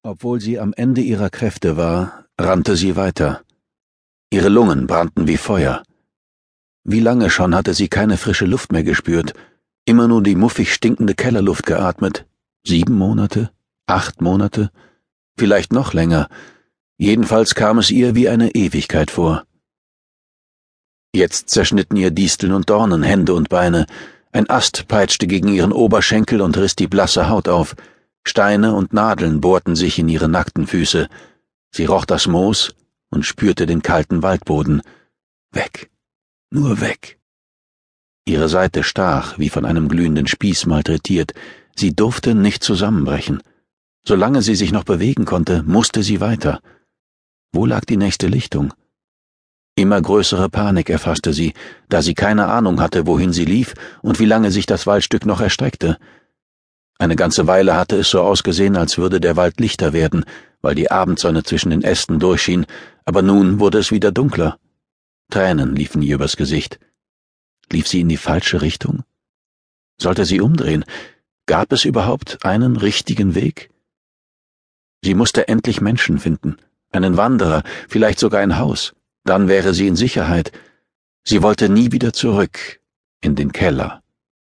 Obwohl sie am Ende ihrer Kräfte war, rannte sie weiter. Ihre Lungen brannten wie Feuer. Wie lange schon hatte sie keine frische Luft mehr gespürt, immer nur die muffig stinkende Kellerluft geatmet. 7 Monate, 8 Monate, vielleicht noch länger. Jedenfalls kam es ihr wie eine Ewigkeit vor. Jetzt zerschnitten ihr Disteln und Dornen Hände und Beine. Ein Ast peitschte gegen ihren Oberschenkel und riss die blasse Haut auf. Steine und Nadeln bohrten sich in ihre nackten Füße. Sie roch das Moos und spürte den kalten Waldboden. Weg, nur weg. Ihre Seite stach, wie von einem glühenden Spieß malträtiert. Sie durfte nicht zusammenbrechen. Solange sie sich noch bewegen konnte, musste sie weiter. Wo lag die nächste Lichtung? Immer größere Panik erfasste sie, da sie keine Ahnung hatte, wohin sie lief und wie lange sich das Waldstück noch erstreckte. Eine ganze Weile hatte es so ausgesehen, als würde der Wald lichter werden, weil die Abendsonne zwischen den Ästen durchschien, aber nun wurde es wieder dunkler. Tränen liefen ihr übers Gesicht. Lief sie in die falsche Richtung? Sollte sie umdrehen? Gab es überhaupt einen richtigen Weg? Sie musste endlich Menschen finden, einen Wanderer, vielleicht sogar ein Haus. Dann wäre sie in Sicherheit. Sie wollte nie wieder zurück in den Keller.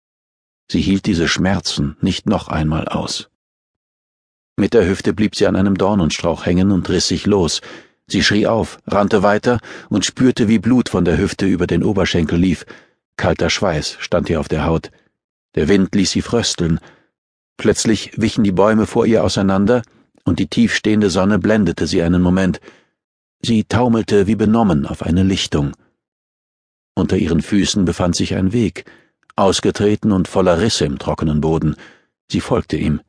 Sie hielt diese Schmerzen nicht noch einmal aus. Mit der Hüfte blieb sie an einem Dornenstrauch hängen und riss sich los. Sie schrie auf, rannte weiter und spürte, wie Blut von der Hüfte über den Oberschenkel lief. Kalter Schweiß stand ihr auf der Haut. Der Wind ließ sie frösteln. Plötzlich wichen die Bäume vor ihr auseinander und die tiefstehende Sonne blendete sie einen Moment. Sie taumelte wie benommen auf eine Lichtung. Unter ihren Füßen befand sich ein Weg, ausgetreten und voller Risse im trockenen Boden. Sie folgte ihm.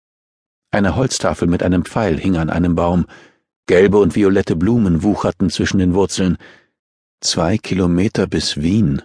Eine Holztafel mit einem Pfeil hing an einem Baum. Gelbe und violette Blumen wucherten zwischen den Wurzeln. 2 Kilometer bis Wien.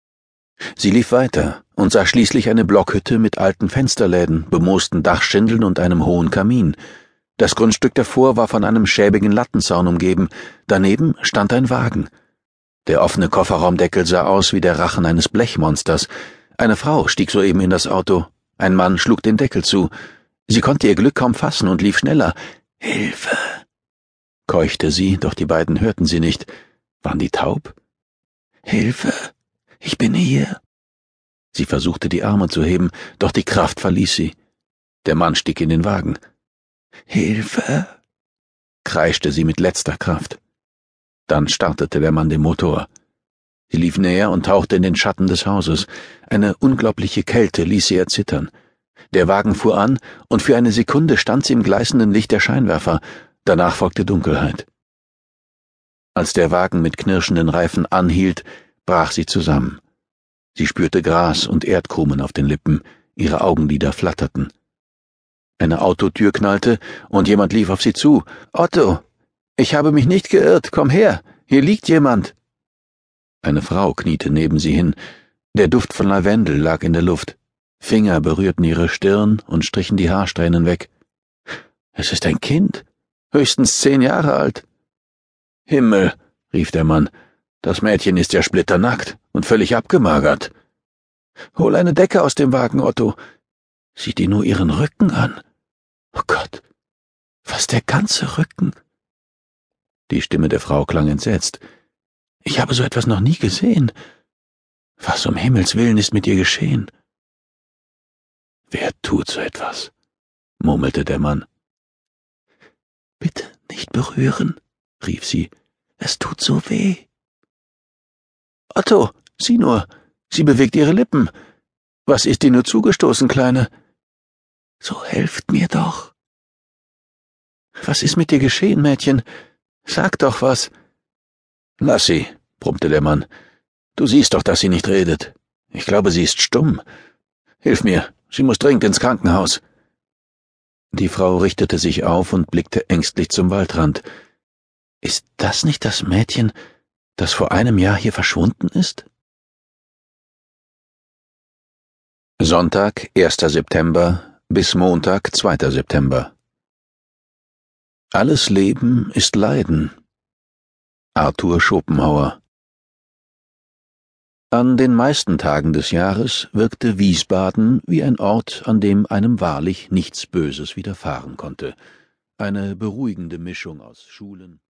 Sie lief weiter und sah schließlich eine Blockhütte mit alten Fensterläden, bemoosten Dachschindeln und einem hohen Kamin. Das Grundstück davor war von einem schäbigen Lattenzaun umgeben. Daneben stand ein Wagen. Der offene Kofferraumdeckel sah aus wie der Rachen eines Blechmonsters. Eine Frau stieg soeben in das Auto. Ein Mann schlug den Deckel zu. Sie konnte ihr Glück kaum fassen und lief schneller. »Hilfe«, keuchte sie, doch die beiden hörten sie nicht. Waren die taub? »Hilfe, ich bin hier.« Sie versuchte, die Arme zu heben, doch die Kraft verließ sie. Der Mann stieg in den Wagen. »Hilfe«, kreischte sie mit letzter Kraft. Dann startete der Mann den Motor. Sie lief näher und tauchte in den Schatten des Hauses. Eine unglaubliche Kälte ließ sie erzittern. Der Wagen fuhr an, und für eine Sekunde stand sie im gleißenden Licht der Scheinwerfer. Danach folgte Dunkelheit. Als der Wagen mit knirschenden Reifen anhielt, brach sie zusammen. Sie spürte Gras und Erdkrumen auf den Lippen, ihre Augenlider flatterten. Eine Autotür knallte, und jemand lief auf sie zu. »Otto! Ich habe mich nicht geirrt, komm her, hier liegt jemand.« Eine Frau kniete neben sie hin. Der Duft von Lavendel lag in der Luft. Finger berührten ihre Stirn und strichen die Haarsträhnen weg. »Es ist ein Kind, höchstens 10 Jahre alt.« »Himmel«, rief der Mann, »das Mädchen ist ja splitternackt und völlig abgemagert.« »Hol eine Decke aus dem Wagen, Otto. Sieh dir nur ihren Rücken an. Oh Gott, fast der ganze Rücken.« Die Stimme der Frau klang entsetzt. »Ich habe so etwas noch nie gesehen. Was um Himmels Willen ist mit ihr geschehen?« »Wer tut so etwas?«, murmelte der Mann. »Bitte nicht berühren«, rief sie. »Es tut so weh.« »Otto, sieh nur, sie bewegt ihre Lippen. Was ist dir nur zugestoßen, Kleine?« »So helft mir doch.« »Was ist mit dir geschehen, Mädchen? Sag doch was.« »Lass sie«, brummte der Mann. »Du siehst doch, dass sie nicht redet. Ich glaube, sie ist stumm. Hilf mir, sie muss dringend ins Krankenhaus.« Die Frau richtete sich auf und blickte ängstlich zum Waldrand. »Ist das nicht das Mädchen, das vor einem Jahr hier verschwunden ist?« Sonntag, 1. September bis Montag, 2. September. Alles Leben ist Leiden. Arthur Schopenhauer. An den meisten Tagen des Jahres wirkte Wiesbaden wie ein Ort, an dem einem wahrlich nichts Böses widerfahren konnte. Eine beruhigende Mischung aus Schulen,